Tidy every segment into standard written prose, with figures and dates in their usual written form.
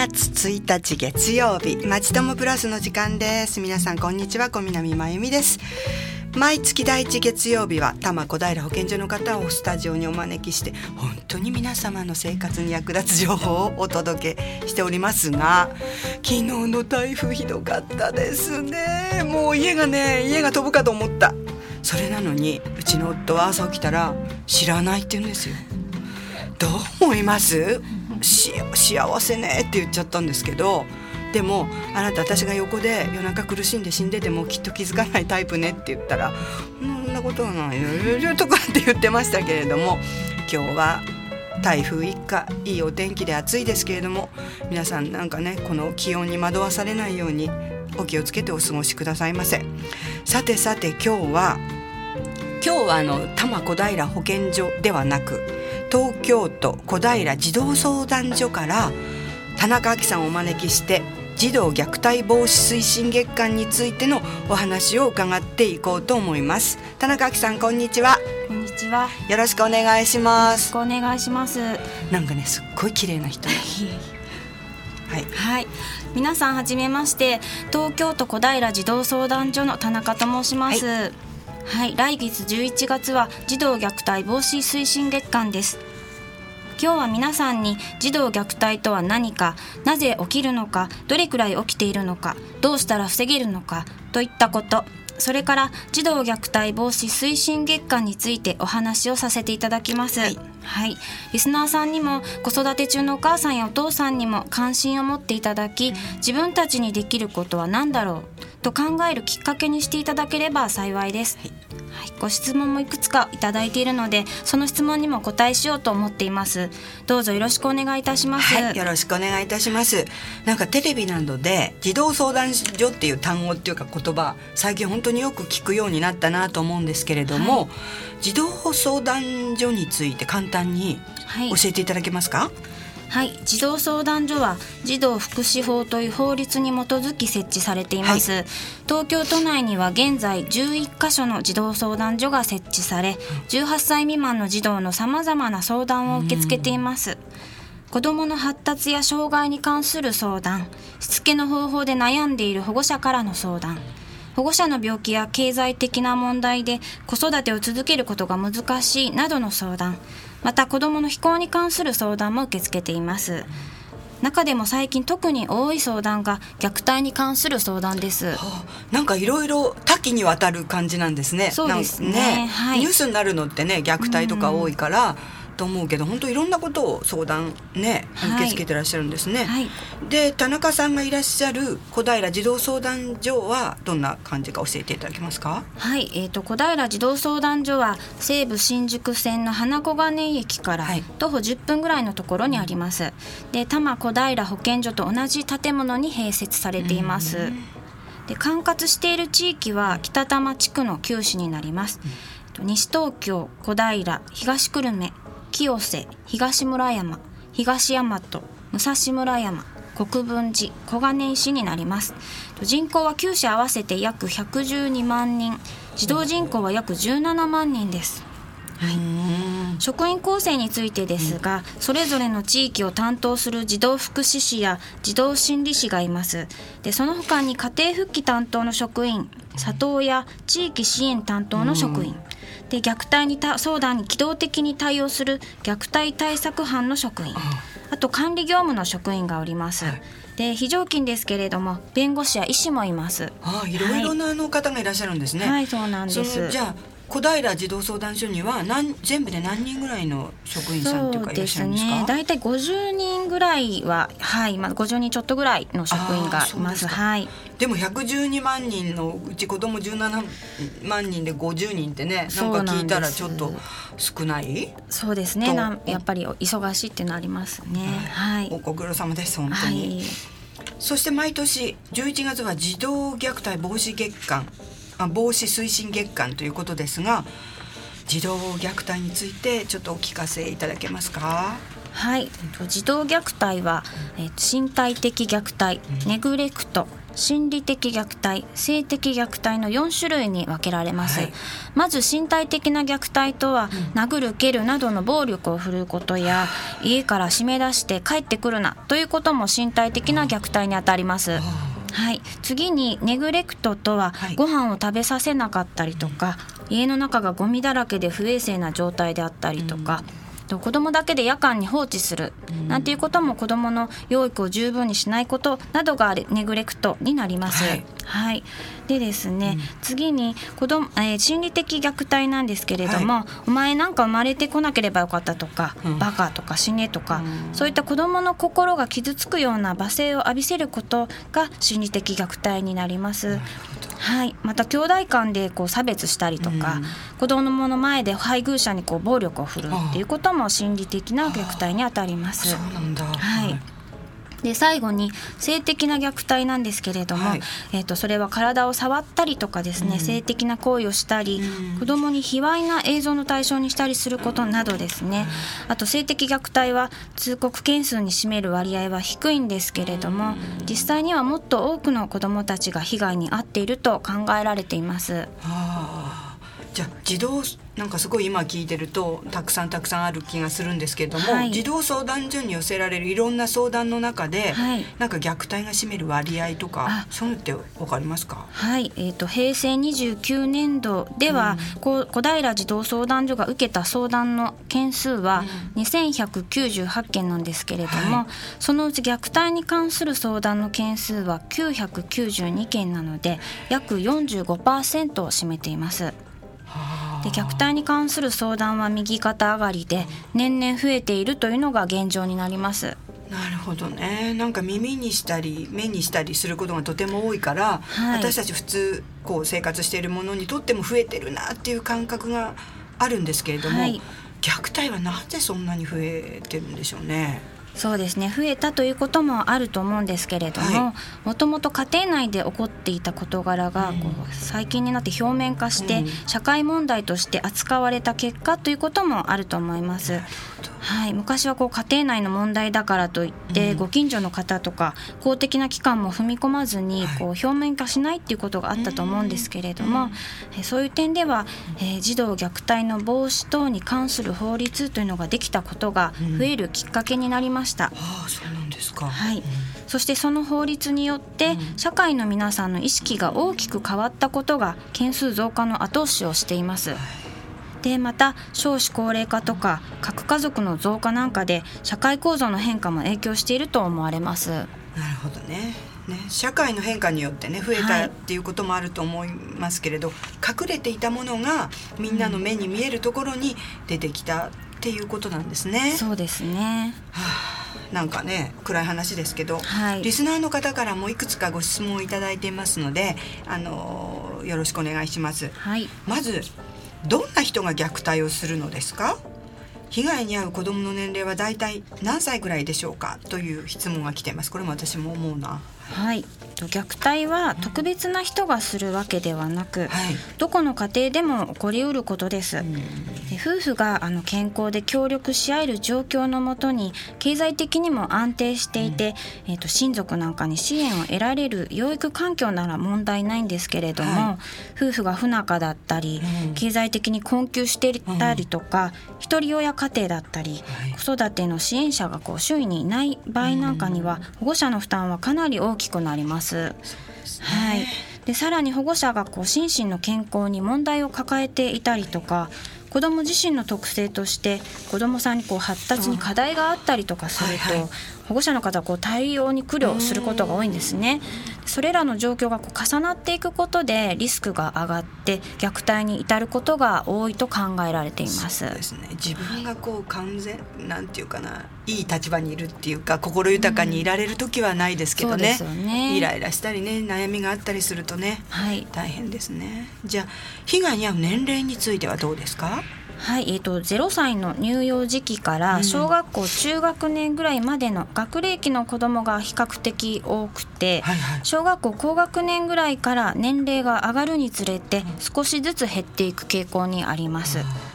月1日月曜日、まちともプラスの時間です。皆さんこんにちは、小南真由美です。毎月第1月曜日は多摩小平保健所の方をスタジオにお招きして、本当に皆様の生活に役立つ情報をお届けしておりますが、昨日の台風ひどかったですね。もう家が飛ぶかと思った。それなのにうちの夫は朝起きたら知らないって言うんですよ。どう思います？幸せねって言っちゃったんですけど、でもあなた、私が横で夜中苦しんで死んでてもきっと気づかないタイプねって言ったら、そんなことはないよとかって言ってましたけれども、今日は台風一過、いいお天気で暑いですけれども、皆さんなんかね、この気温に惑わされないようにお気をつけてお過ごしくださいませ。さて今日は多摩小平保健所ではなく、東京都小平児童相談所から田中亜希さんをお招きして、児童虐待防止推進月間についてのお話を伺っていこうと思います。田中亜希さん、こんにちは。 こんにちは。 よろしくお願いします。 よろしくお願いします。 なんかね、すっごい綺麗な人はい、 皆さんはじめまして、東京都小平児童相談所の田中と申します。来月11月は児童虐待防止推進月間です。今日は皆さんに児童虐待とは何か、なぜ起きるのか、どれくらい起きているのか、どうしたら防げるのかといったこと、それから児童虐待防止推進月間についてお話をさせていただきます。リスナーさんにも子育て中のお母さんやお父さんにも関心を持っていただき、自分たちにできることは何だろうと考えるきっかけにしていただければ幸いです。ご質問もいくつかいただいているので、その質問にもお答えしようと思っています。どうぞよろしくお願いいたします。 よろしくお願いいたします。なんかテレビなどで児童相談所っていう単語っていうか言葉、最近本当によく聞くようになったなと思うんですけれども、児童相談所について簡単に教えていただけますか？ 児童相談所は児童福祉法という法律に基づき設置されています。東京都内には現在11カ所の児童相談所が設置され、18歳未満の児童のさまざまな相談を受け付けています。子どもの発達や障害に関する相談、しつけの方法で悩んでいる保護者からの相談、保護者の病気や経済的な問題で子育てを続けることが難しいなどの相談、また子どもの非行に関する相談も受け付けています。中でも最近特に多い相談が虐待に関する相談です。 なんかいろいろ多岐にわたる感じなんですね。 そうですね。 ニュースになるのってね、虐待とか多いからと思うけど、本当いろんなことを相談ね、受け付けてらっしゃるんですね。で、田中さんがいらっしゃる小平児童相談所はどんな感じか教えていただけますか？ 小平児童相談所は西武新宿線の花小金井駅から徒歩10分ぐらいのところにあります。で、多摩小平保健所と同じ建物に併設されています。で、管轄している地域は北多摩地区の9市になります。西東京、小平、東久留米、清瀬、東村山、東大和、武蔵村山、国分寺、小金井市になります。人口は9市合わせて約112万人、児童人口は約17万人です。職員構成についてですが、それぞれの地域を担当する児童福祉士や児童心理士がいます。で、その他に家庭復帰担当の職員、里親、地域支援担当の職員で、虐待に相談に機動的に対応する虐待対策班の職員、あと管理業務の職員がおります。で、非常勤ですけれども弁護士や医師もいます。 いろいろな方がいらっしゃるんですね。 そうなんです。 じゃあ小平児童相談所には全部で何人ぐらいの職員さんというかいらっしゃるんですか？そうですね、だいたい50人ぐらいは、50人ちょっとぐらいの職員がいます。でも112万人のうち子ども17万人で50人ってね、なんか聞いたらちょっと少ない？そうですね、 やっぱり忙しいっていうのありますね。 ご苦労様です、本当に。そして毎年11月は児童虐待防止月間、防止推進月間ということですが、児童虐待についてちょっとお聞かせいただけますか？児童虐待は、身体的虐待、ネグレクト、 心理的虐待、性的虐待の4種類に分けられます、まず身体的な虐待とは、殴る蹴るなどの暴力を振るうことや、家から締め出して帰ってくるなということも身体的な虐待にあたります。次にネグレクトとは、ご飯を食べさせなかったりとか、家の中がゴミだらけで不衛生な状態であったりとか、子供だけで夜間に放置するなんていうことも、子供の養育を十分にしないことなどがネグレクトになります。でですね、次に心理的虐待なんですけれども、お前なんか生まれてこなければよかったとか、バカとか死ねとか、そういった子供の心が傷つくような罵声を浴びせることが心理的虐待になります。また兄弟間で差別したりとか、子供の前で配偶者に暴力を振るうっていうことも心理的な虐待にあたります。 そうなんだ。 で最後に性的な虐待なんですけれども、それは体を触ったりとかですね、性的な行為をしたり、子供に卑猥な映像の対象にしたりすることなどですね。あと性的虐待は通告件数に占める割合は低いんですけれども、実際にはもっと多くの子供たちが被害に遭っていると考えられています。 じゃあ児童なんかすごい今聞いてるとたくさんある気がするんですけれども、児童相談所に寄せられるいろんな相談の中で、なんか虐待が占める割合とかそういうのって分かりますか？ 平成29年度では、小平児童相談所が受けた相談の件数は2198件なんですけれども、そのうち虐待に関する相談の件数は992件なので、約 45% を占めています。で虐待に関する相談は右肩上がりで年々増えているというのが現状になります。 なるほどね。なんか耳にしたり目にしたりすることがとても多いから、私たち普通生活しているものにとっても増えてるなっていう感覚があるんですけれども、虐待はなぜそんなに増えてるんでしょうね。 そうですね、増えたということもあると思うんですけれども、もともと家庭内で起こっていた事柄が最近になって表面化して、社会問題として扱われた結果ということもあると思います。昔は家庭内の問題だからといって、ご近所の方とか公的な機関も踏み込まずに表面化しないっていうことがあったと思うんですけれども、そういう点では、児童虐待の防止等に関する法律というのができたことが増えるきっかけになりました。 そうなんですか。 そしてその法律によって社会の皆さんの意識が大きく変わったことが件数増加の後押しをしています。でまた少子高齢化とか核家族の増加なんかで社会構造の変化も影響していると思われます。 なるほどね。社会の変化によって増えたっていうこともあると思いますけれど、隠れていたものがみんなの目に見えるところに出てきたっていうことなんですね。 そうですね。 なんかね暗い話ですけど、リスナーの方からもいくつかご質問をいただいていますので、よろしくお願いします。まずどんな人が虐待をするのですか？被害に遭う子どもの年齢はだいたい何歳ぐらいでしょうかという質問が来ています。これも私も思うな。 虐待は特別な人がするわけではなく、どこの家庭でも起こりうることです。夫婦が健康で協力し合える状況のもとに経済的にも安定していて、親族なんかに支援を得られる養育環境なら問題ないんですけれども、夫婦が不仲だったり、経済的に困窮していたりとか、一人親家庭だったり、子育ての支援者が周囲にいない場合なんかには、保護者の負担はかなり大きくなります。でさらに保護者が心身の健康に問題を抱えていたりとか、子ども自身の特性として子どもさんに発達に課題があったりとかすると、保護者の方は対応に苦慮することが多いんですね。それらの状況が重なっていくことでリスクが上がって虐待に至ることが多いと考えられています。 そうですね。自分が完全なんていうかな、いい立場にいるっていうか心豊かにいられる時はないですけどね。イライラしたりね、悩みがあったりするとね、大変ですね。じゃあ被害に遭う年齢についてはどうですか ?0 歳の乳幼児期から小学校中学年ぐらいまでの学齢期の子どもが比較的多くて、小学校高学年ぐらいから年齢が上がるにつれて少しずつ減っていく傾向にあります。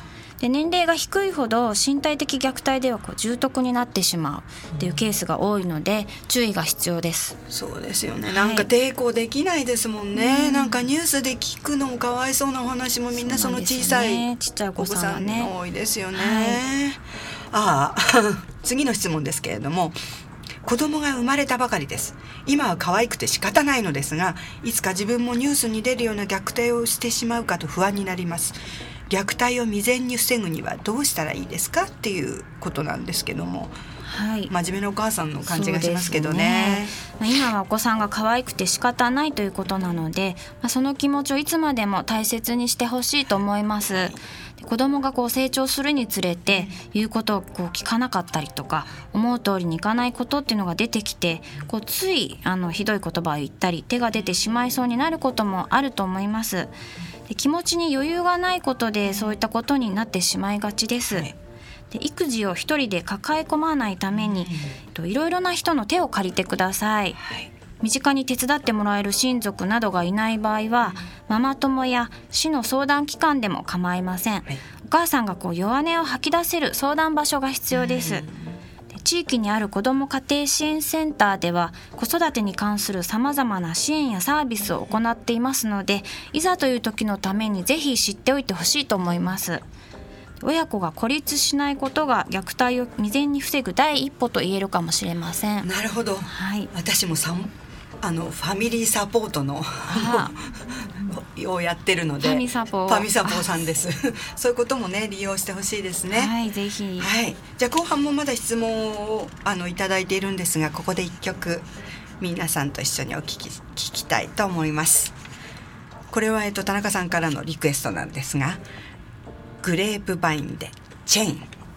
で年齢が低いほど身体的虐待では重篤になってしまうっていうケースが多いので注意が必要です。 そうですよね。なんか抵抗できないですもんね、なんかニュースで聞くのもかわいそうなお話もみんなその小さいちっちゃいお子さんはね多いですよね、次の質問ですけれども、子供が生まれたばかりです。今は可愛くて仕方ないのですが、いつか自分もニュースに出るような虐待をしてしまうかと不安になります。虐待を未然に防ぐにはどうしたらいいですかっていうことなんですけども、真面目なお母さんの感じがしますけどね。 今はお子さんが可愛くて仕方ないということなので、その気持ちをいつまでも大切にしてほしいと思います。子供が成長するにつれて言うことを聞かなかったりとか思う通りにいかないことっていうのが出てきて、ついひどい言葉を言ったり手が出てしまいそうになることもあると思います。で気持ちに余裕がないことでそういったことになってしまいがちです。で育児を一人で抱え込まないために、いろいろな人の手を借りてください。身近に手伝ってもらえる親族などがいない場合は、ママ友や市の相談機関でも構いません。お母さんが弱音を吐き出せる相談場所が必要です。地域にある子ども家庭支援センターでは子育てに関するさまざまな支援やサービスを行っていますので、いざという時のためにぜひ知っておいてほしいと思います。親子が孤立しないことが虐待を未然に防ぐ第一歩と言えるかもしれません。 なるほど、私もファミリーサポートのをやってるので、ファミサポさんですそういうこともね利用してほしいですね。 ぜひ、 じゃあ後半もまだ質問をいただいているんですが、ここで1曲皆さんと一緒に聞きたいと思います。これは田中さんからのリクエストなんですが、グレープバインでチェイン。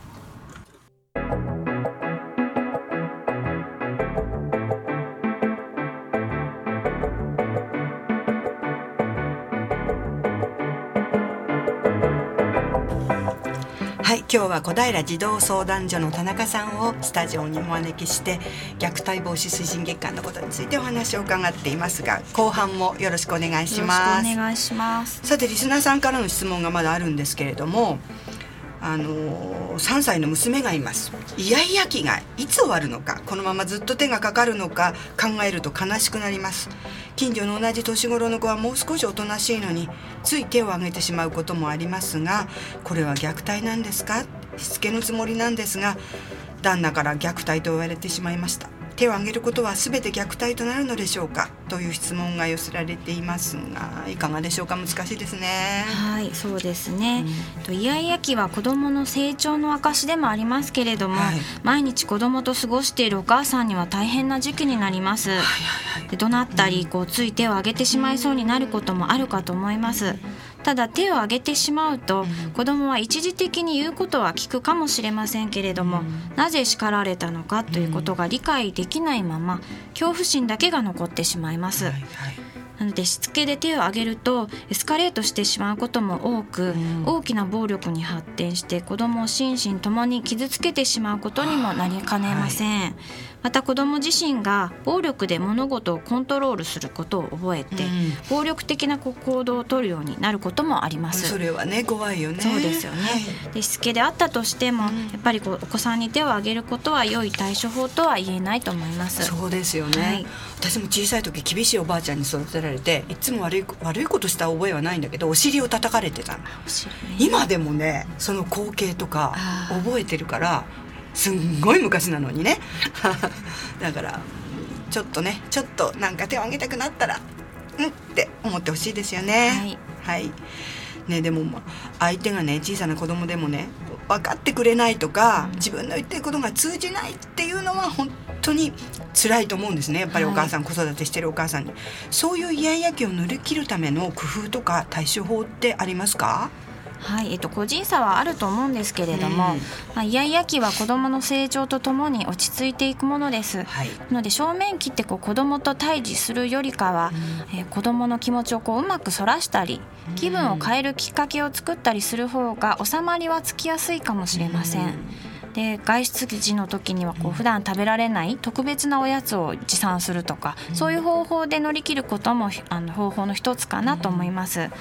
今日は小平児童相談所の田中さんをスタジオにお招きして虐待防止推進月間のことについてお話を伺っていますが、後半もよろしくお願いします。 よろしくお願いします。 さてリスナーさんからの質問がまだあるんですけれども、3歳の娘がいます。イヤイヤ期がいつ終わるのか、このままずっと手がかかるのか考えると悲しくなります。近所の同じ年頃の子はもう少しおとなしいのについ手を挙げてしまうこともありますが、これは虐待なんですか？しつけのつもりなんですが、旦那から虐待と言われてしまいました。手を挙げることは全て虐待となるのでしょうか、という質問が寄せられていますが、いかがでしょうか。難しいですね。 そうですね、イヤイヤ期は子どもの成長の証でもありますけれども、毎日子どもと過ごしているお母さんには大変な時期になります。で怒鳴ったりつい手を挙げてしまいそうになることもあるかと思います。ただ手を挙げてしまうと子どもは一時的に言うことは聞くかもしれませんけれども、なぜ叱られたのかということが理解できないまま恐怖心だけが残ってしまいます。なのでしつけで手を挙げるとエスカレートしてしまうことも多く、大きな暴力に発展して子どもを心身ともに傷つけてしまうことにもなりかねません。また子ども自身が暴力で物事をコントロールすることを覚えて、暴力的な行動を取るようになることもあります。 それはね怖いよね。 そうですよね、でしつけであったとしても、やっぱりお子さんに手を挙げることは良い対処法とは言えないと思います。 そうですよね、私も小さい時厳しいおばあちゃんに育てられて、いつも悪いことした覚えはないんだけどお尻を叩かれてたの。今でもねその光景とか覚えてるから、すんごい昔なのにねだからちょっとなんか手を挙げたくなったらって思ってほしいですよね。ね、でも相手がね小さな子供でもね分かってくれないとか、自分の言ってることが通じないっていうのは本当に辛いと思うんですね。やっぱりお母さん、子育てしてるお母さんにそういうイヤイヤ期を乗り切るための工夫とか対処法ってありますか？ 個人差はあると思うんですけれども、イヤイヤ期は子どもの成長とともに落ち着いていくものです。なので正面切って子どもと対峙するよりかは、子どもの気持ちをうまくそらしたり気分を変えるきっかけを作ったりする方が収まりはつきやすいかもしれません。で外出時の時には普段食べられない特別なおやつを持参するとか、そういう方法で乗り切ることも方法の一つかなと思います。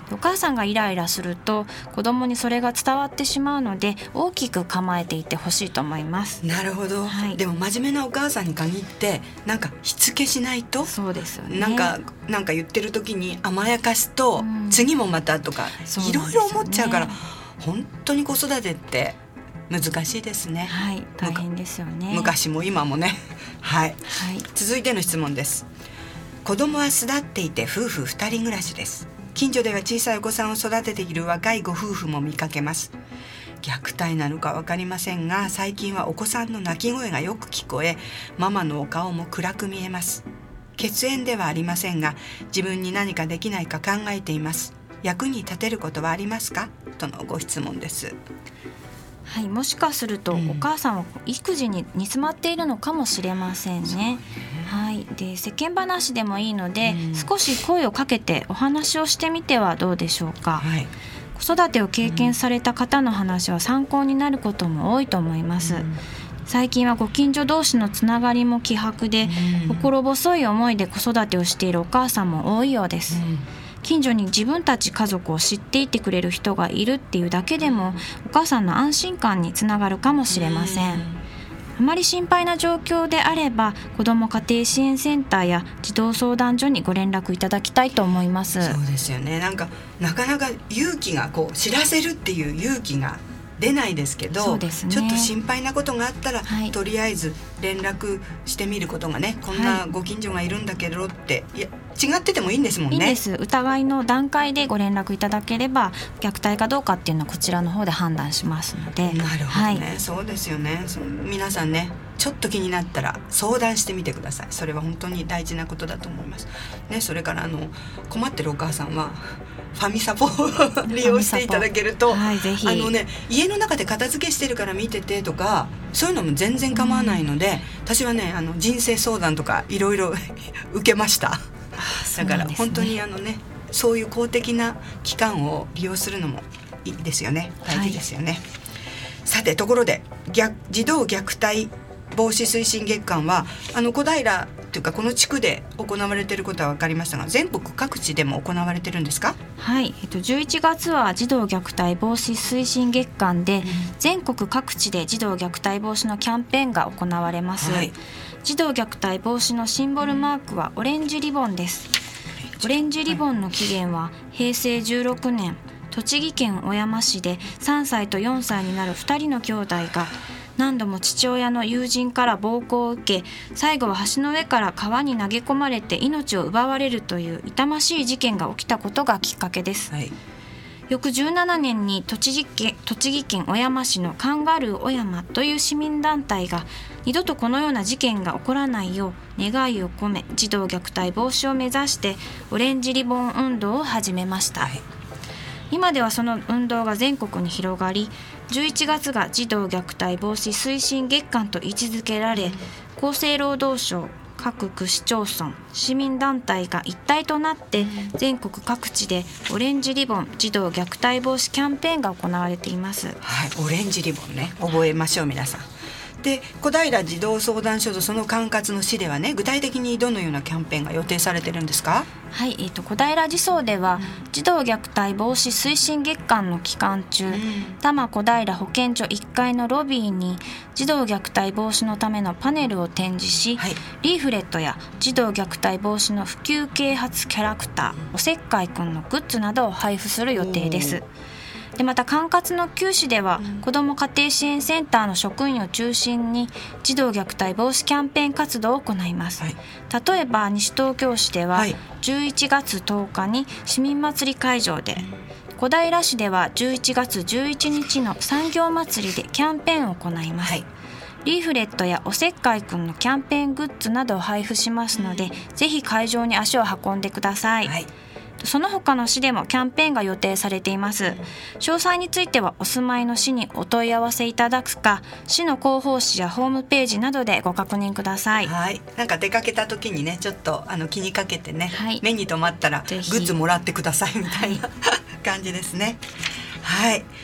お母さんがイライラすると子供にそれが伝わってしまうので、大きく構えていてほしいと思います。 なるほど、でも真面目なお母さんに限ってなんかしつけしないと、 そうですよね、 なんか言ってる時に甘やかすと、次もまたとかいろいろ思っちゃうから、本当に子育てって難しいですね。 はい、大変ですよね。 昔も今もねはい、続いての質問です。子供は巣立っていて夫婦2人暮らしです。近所では小さいお子さんを育てている若いご夫婦も見かけます。虐待なのか分かりませんが、最近はお子さんの泣き声がよく聞こえ、ママのお顔も暗く見えます。血縁ではありませんが、自分に何かできないか考えています。役に立てることはありますか、とのご質問です。 はい、もしかするとお母さんは育児に煮詰まっているのかもしれませんね。はい、で世間話でもいいので、少し声をかけてお話をしてみてはどうでしょうか。子育てを経験された方の話は参考になることも多いと思います。最近はご近所同士のつながりも希薄で、心細い思いで子育てをしているお母さんも多いようです。近所に自分たち家族を知っていてくれる人がいるっていうだけでも、お母さんの安心感につながるかもしれません。あまり心配な状況であれば、子ども家庭支援センターや児童相談所にご連絡いただきたいと思います。 そうですよね。なかなか勇気が知らせるっていう勇気が出ないですけど、ちょっと心配なことがあったら、とりあえず連絡してみることがね、こんなご近所がいるんだけどって、いや違っててもいいんですもんね。 いいんです。疑いの段階でご連絡いただければ、虐待かどうかっていうのはこちらの方で判断しますので。 なるほどね、そうですよね。皆さんね、ちょっと気になったら相談してみてください。それは本当に大事なことだと思います、ね。それから困ってるお母さんはファミサポを利用していただけると、 ぜひ家の中で片付けしてるから見ててとか、そういうのも全然構わないので、私はね人生相談とかいろいろ受けました。だから本当にそういう公的な機関を利用するのもいいですよね。大事ですよね。さて、ところで児童虐待防止推進月間は小平というかこの地区で行われていることは分かりましたが、全国各地でも行われてるんですか？ はい、11月は児童虐待防止推進月間で、全国各地で児童虐待防止のキャンペーンが行われます。児童虐待防止のシンボルマークはオレンジリボンです。オレンジリボンの起源は平成16年、栃木県小山市で3歳と4歳になる2人の兄弟が何度も父親の友人から暴行を受け、最後は橋の上から川に投げ込まれて命を奪われるという痛ましい事件が起きたことがきっかけです。翌17年に栃木県小山市のカンガルー小山という市民団体が、二度とこのような事件が起こらないよう願いを込め、児童虐待防止を目指してオレンジリボン運動を始めました。今ではその運動が全国に広がり、11月が児童虐待防止推進月間と位置づけられ、厚生労働省、各区市町村、市民団体が一体となって全国各地でオレンジリボン児童虐待防止キャンペーンが行われています。 オレンジリボンね、覚えましょう皆さん。で、小平児童相談所とその管轄の市ではね、具体的にどのようなキャンペーンが予定されてるんですか？ はい、小平児相では、児童虐待防止推進月間の期間中、多摩小平保健所1階のロビーに児童虐待防止のためのパネルを展示し、リーフレットや児童虐待防止の普及啓発キャラクター、おせっかいくんのグッズなどを配布する予定です。で、また管轄の9市では、子ども家庭支援センターの職員を中心に児童虐待防止キャンペーン活動を行います。例えば西東京市では11月10日に市民祭り会場で、小平市では11月11日の産業祭りでキャンペーンを行います。リーフレットやおせっかいくんのキャンペーングッズなどを配布しますので、ぜひ会場に足を運んでください。その他の市でもキャンペーンが予定されています。詳細についてはお住まいの市にお問い合わせいただくか、市の広報誌やホームページなどでご確認ください。 なんか出かけた時にね、ちょっと気にかけてね、目に留まったらグッズもらってくださいみたいな感じですね。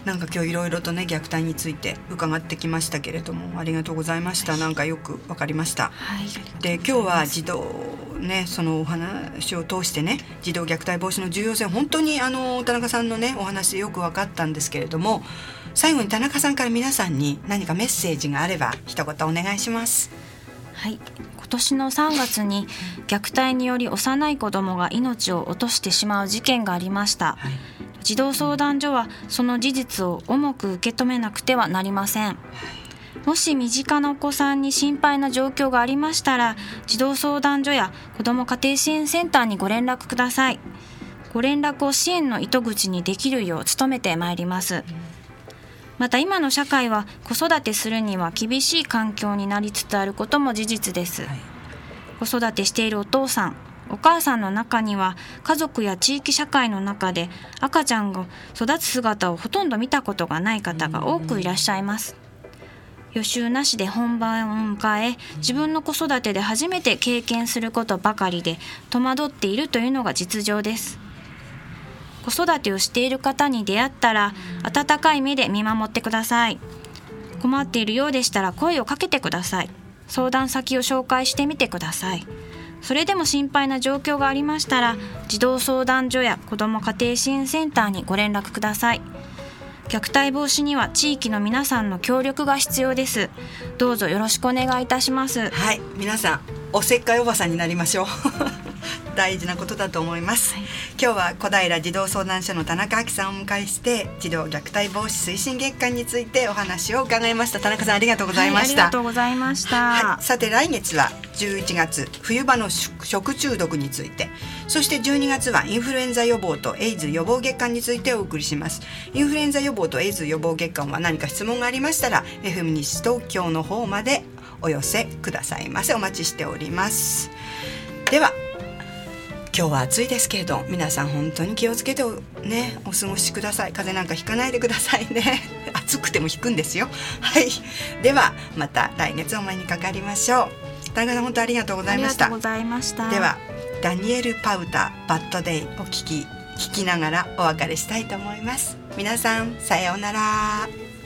なんか今日いろいろとね虐待について伺ってきましたけれども、ありがとうございました。なんかよくわかりました。で今日は児童ね、そのお話を通してね、児童虐待防止の重要性、本当に田中さんのねお話よく分かったんですけれども、最後に田中さんから皆さんに何かメッセージがあれば一言お願いします。 はい、今年の3月に虐待により幼い子どもが命を落としてしまう事件がありました。児童相談所はその事実を重く受け止めなくてはなりません。もし身近なお子さんに心配な状況がありましたら、児童相談所や子ども家庭支援センターにご連絡ください。ご連絡を支援の糸口にできるよう努めてまいります。また今の社会は子育てするには厳しい環境になりつつあることも事実です。子育てしているお父さん、お母さんの中には家族や地域社会の中で赤ちゃんが育つ姿をほとんど見たことがない方が多くいらっしゃいます。予習なしで本番を迎え、自分の子育てで初めて経験することばかりで戸惑っているというのが実情です。子育てをしている方に出会ったら温かい目で見守ってください。困っているようでしたら声をかけてください。相談先を紹介してみてください。それでも心配な状況がありましたら、児童相談所や子ども家庭支援センターにご連絡ください。虐待防止には地域の皆さんの協力が必要です。どうぞよろしくお願いいたします。 はい、皆さんおせっかいおばさんになりましょう大事なことだと思います、今日は小平児童相談所の田中亜紀さんをお迎えして児童虐待防止推進月間についてお話を伺いました。田中さんありがとうございました。 ありがとうございました、 さて来月は11月冬場の食中毒について、そして12月はインフルエンザ予防とエイズ予防月間についてお送りします。インフルエンザ予防とエイズ予防月間は何か質問がありましたら FM 西東京の方までお寄せくださいませ。お待ちしております。では今日は暑いですけれど皆さん本当に気をつけてねお過ごしください。風邪なんかひかないでくださいね暑くてもひくんですよ。はい、ではまた来月お目にかかりましょう。田中さん本当ありがとうございました。 ありがとうございました。 ではダニエル・パウターバッドデイを聞きながらお別れしたいと思います。皆さんさようなら。